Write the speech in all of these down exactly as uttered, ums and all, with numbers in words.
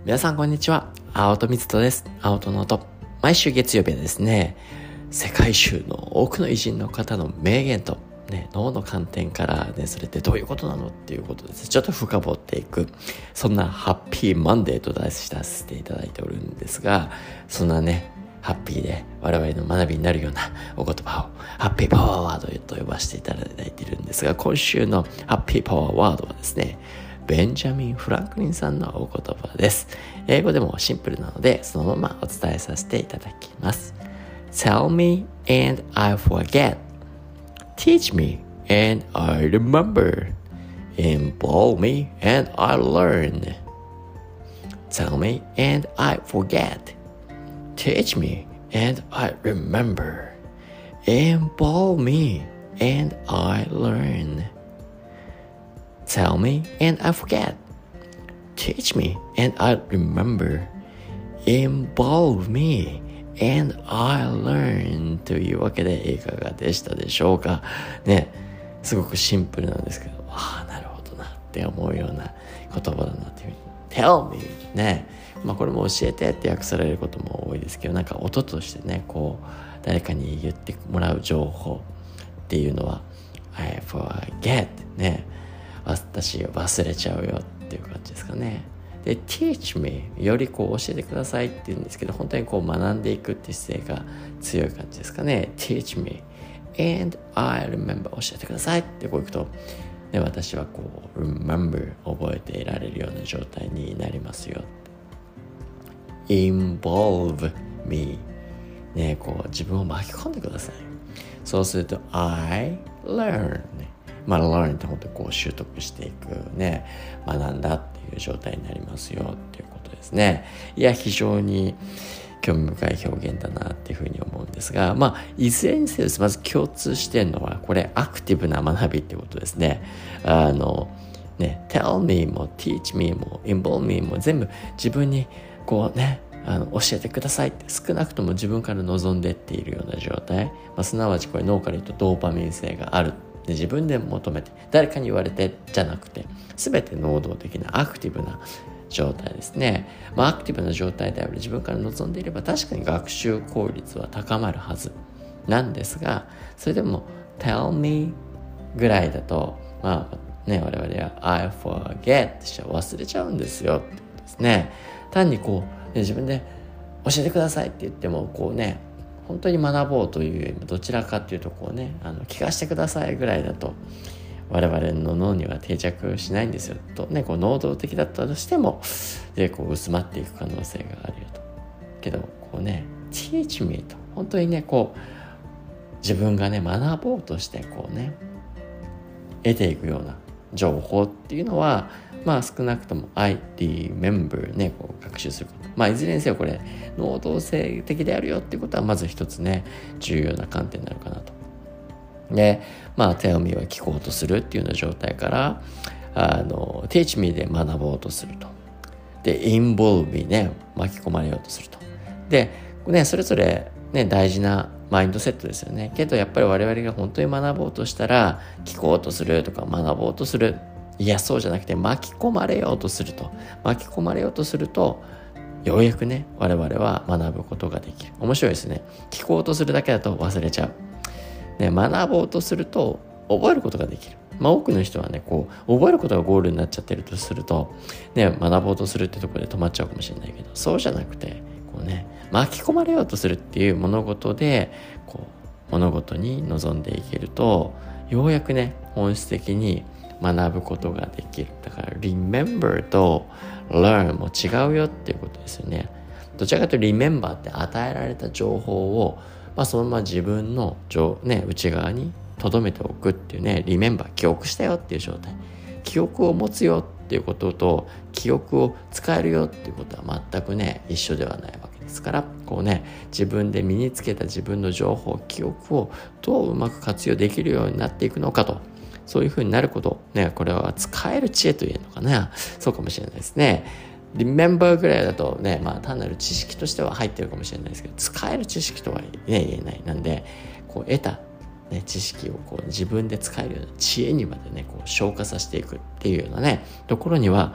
皆さんこんにちは。青戸光人です。青戸の音。毎週月曜日はですね、世界中の多くの偉人の方の名言と、ね、脳の観点からね、それってどういうことなのっていうことです。ちょっと深掘っていく、そんなハッピーマンデーと題しさせていただいておるんですが、そんなね、ハッピーで我々の学びになるようなお言葉をハッピーパワーワードと呼ばせていただいているんですが、今週のハッピーパワーワードはですね、ベンジャミン・フランクリンさんのお言葉です。英語でもシンプルなので、そのままお伝えさせていただきます。Tell me and I forget. Teach me and I remember. Involve me and I learn. Tell me and I forget.Teach me and I remember. Involve me and I learn. Tell me and I forget. Teach me and I remember. Involve me and I learn. というわけでいかがでしたでしょうかね。すごくシンプルなんですけど、ああなるほどなって思うような言葉だなというふうに。Tell me ね。まあこれも教えてって訳されることも多いですけど、なんか音としてね、こう誰かに言ってもらう情報っていうのは I forget ね、私忘れちゃうよっていう感じですかね。で teach me よりこう教えてくださいって言うんですけど、本当にこう学んでいくっていう姿勢が強い感じですかね。 teach me and I remember 教えてくださいってこういくとね、私はこう remember 覚えていられるような状態になりますよ。involve me ね、こう自分を巻き込んでください。そうすると I learn ね、まあ learn って本当にこう習得していくね、学んだっていう状態になりますよっていうことですね。いや非常に興味深い表現だなっていうふうに思うんですが、まあいずれにせよまず共通してるのはこれアクティブな学びっていうことですね。あのね tell me も teach me も involve me も全部自分にこうね、あの教えてくださいって少なくとも自分から望んでっているような状態、まあ、すなわちこれ脳から言うとドーパミン性があるで、自分で求めて誰かに言われてじゃなくて全て能動的なアクティブな状態ですね。まあアクティブな状態である自分から望んでいれば確かに学習効率は高まるはずなんですが、それでも tell me ぐらいだとまあね、我々は I forget ってしちゃ忘れちゃうんですよってことですね。単にこう、ね、自分で教えてくださいって言ってもこうね、本当に学ぼうというよりもどちらかっていうとこうね、あの聞かせてくださいぐらいだと我々の脳には定着しないんですよとね、こう能動的だったとしてもでこう薄まっていく可能性があるよと。けどこうね teach me と本当にねこう自分がね学ぼうとしてこうね得ていくような情報っていうのはまあ少なくとも I remember ねこう学習すること、まあいずれにせよこれ能動性的であるよっていうことはまず一つね重要な観点になるかなと。でまあ tell me は聞こうとするっていうような状態からあの teach me で学ぼうとすると。で involve me ね巻き込まれようとすると。でねそれぞれね大事なマインドセットですよね。けどやっぱり我々が本当に学ぼうとしたら聞こうとするとか学ぼうとする、いやそうじゃなくて巻き込まれようとすると巻き込まれようとするとようやくね我々は学ぶことができる。面白いですね。聞こうとするだけだと忘れちゃう、ね、学ぼうとすると覚えることができる。まあ多くの人はねこう覚えることがゴールになっちゃってるとするとね学ぼうとするってところで止まっちゃうかもしれないけど、そうじゃなくてこうね巻き込まれようとするっていう物事でこう物事に臨んでいけるとようやくね本質的に学ぶことができる。だから remember と learn も違うよっていうことですよね。どちらかというと remember って与えられた情報を、まあ、そのまま自分の、ね、内側に留めておくっていうね remember 記憶したよっていう状態、記憶を持つよっていうことと記憶を使えるよっていうことは全くね一緒ではないわけですから、こうね自分で身につけた自分の情報記憶をどううまく活用できるようになっていくのかと、そういうふうになることね、これは使える知恵と言えるのかな、そうかもしれないですね。remember ぐらいだとね、まあ単なる知識としては入ってるかもしれないですけど、使える知識とは、ね、言えない。なんでこう得たね、知識をこう自分で使えるような知恵にまでねこう消化させていくっていうようなねところには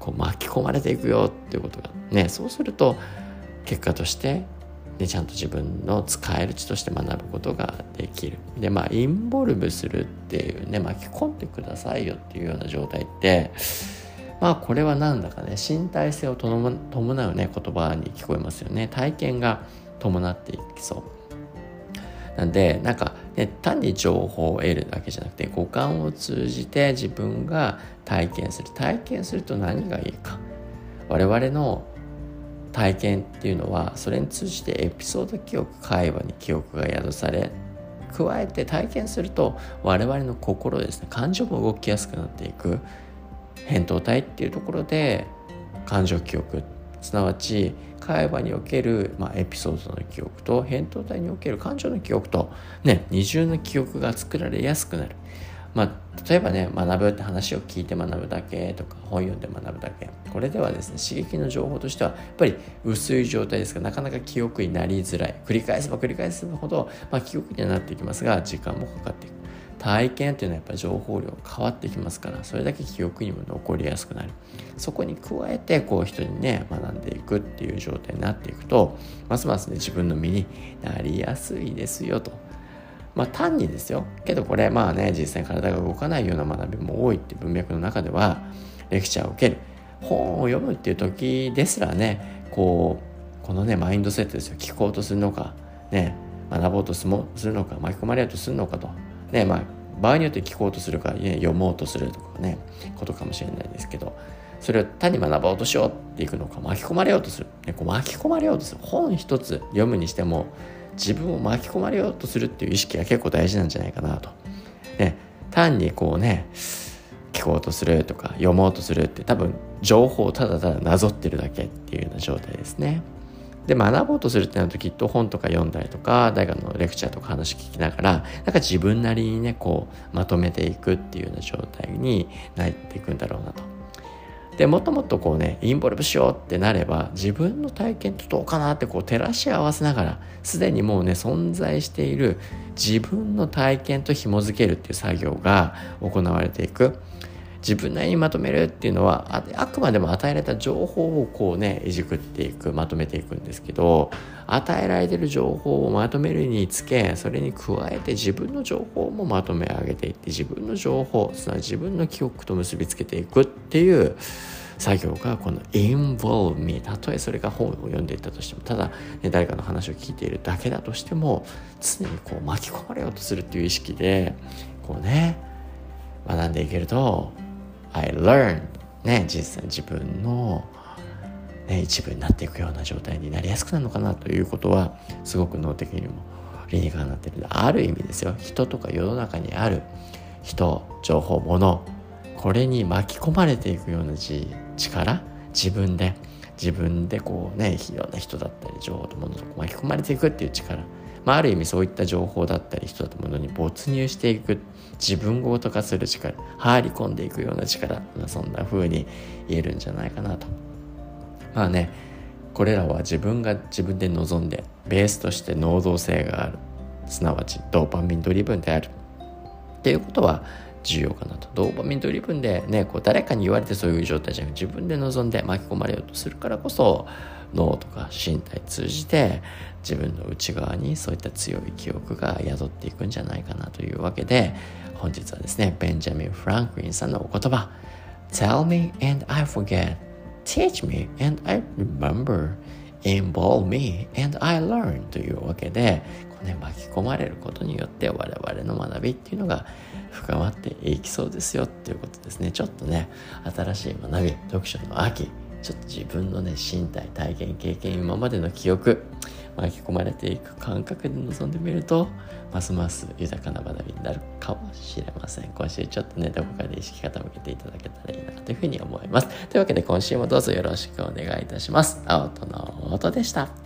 こう巻き込まれていくよっていうことがね、そうすると結果としてでちゃんと自分の使える知として学ぶことができる。でまあインボルブするっていうね、巻き込んでくださいよっていうような状態って、まあこれはなんだかね、身体性を伴うね言葉に聞こえますよね。体験が伴っていきそうなんで、なんかね、単に情報を得るだけじゃなくて、五感を通じて自分が体験する。体験すると何がいいか。我々の体験っていうのは、それに通じてエピソード記憶、会話に記憶が宿され、加えて体験すると我々の心ですね、感情も動きやすくなっていく。扁桃体っていうところで感情記憶、すなわち会話における、まあ、エピソードの記憶と扁桃体における感情の記憶と、ね、二重の記憶が作られやすくなる。まあ、例えばね、学ぶって話を聞いて学ぶだけとか、本読んで学ぶだけ、これではですね、刺激の情報としてはやっぱり薄い状態ですから、なかなか記憶になりづらい。繰り返せば繰り返すほど、まあ、記憶にはなっていきますが、時間もかかっていく。体験っていうのはやっぱり情報量変わってきますから、それだけ記憶にも残りやすくなる。そこに加えてこう人にね学んでいくっていう状態になっていくと、ますますね自分の身になりやすいですよと。まあ単にですよけど、これまあね、実際に体が動かないような学びも多いっていう文脈の中では、レクチャーを受ける、本を読むっていう時ですらね、こうこのねマインドセットですよ。聞こうとするのかね、学ぼうとするのか、巻き込まれようとするのかとね、まあ場合によって聞こうとするか、ね、読もうとするとかねことかもしれないですけど、それを単に学ぼうとしようっていくのか、巻き込まれようとする、ね、こう巻き込まれようとする。本一つ読むにしても自分を巻き込まれようとするっていう意識が結構大事なんじゃないかなと、ね、単にこうね聞こうとするとか読もうとするって多分情報をただただなぞってるだけっていうような状態ですね。で学ぼうとするってなると、きっと本とか読んだりとか誰かのレクチャーとか話聞きながら、なんか自分なりにねこうまとめていくっていうような状態になっていくんだろうなと。でもっともっとこうねインボルブしようってなれば、自分の体験とどうかなってこう照らし合わせながら、すでにもうね存在している自分の体験と紐づけるっていう作業が行われていく。自分なりにまとめるっていうのは あ, あくまでも与えられた情報をこうねいじくっていく、まとめていくんですけど、与えられている情報をまとめるにつけ、それに加えて自分の情報もまとめ上げていって、自分の情報、すなわち自分の記憶と結びつけていくっていう作業がこの involve me。 たとえそれが本を読んでいったとしても、ただ、ね、誰かの話を聞いているだけだとしても、常にこう巻き込まれようとするっていう意識でこうね学んでいけると、I learn ね、実際自分の、ね、一部になっていくような状態になりやすくなるのかなということは、すごく脳的にも理にかなっているので、ある意味ですよ、人とか世の中にある人、情報、物、これに巻き込まれていくような力、自分で自分でこうね、いろんな人だったり情報と物と巻き込まれていくっていう力、まあ、ある意味そういった情報だったり人だと物に没入していく、自分ごと化する力、入り込んでいくような力、まあ、そんな風に言えるんじゃないかなと。まあね、これらは自分が自分で望んでベースとして能動性がある、すなわちドーパミンドリブンであるっていうことは重要かなと。ドーパミンドリブンでね、こう誰かに言われてそういう状態じゃなく、自分で望んで巻き込まれようとするからこそ、脳とか身体通じて自分の内側にそういった強い記憶が宿っていくんじゃないかなというわけで、本日はですね、ベンジャミン・フランクリンさんのお言葉、 Tell me and I forget, Teach me and I remember, Involve me and I learn というわけで、こう、ね、巻き込まれることによって我々の学びっていうのが深まっていきそうですよっていうことですね。ちょっとね、新しい学び、読書の秋、ちょっと自分のね、身体、体験、経験、今までの記憶、巻き込まれていく感覚で臨んでみると、ますます豊かな学びになるかもしれません。今週ちょっとね、どこかで意識傾けていただけたらいいなというふうに思います。というわけで今週もどうぞよろしくお願いいたします。青との音でした。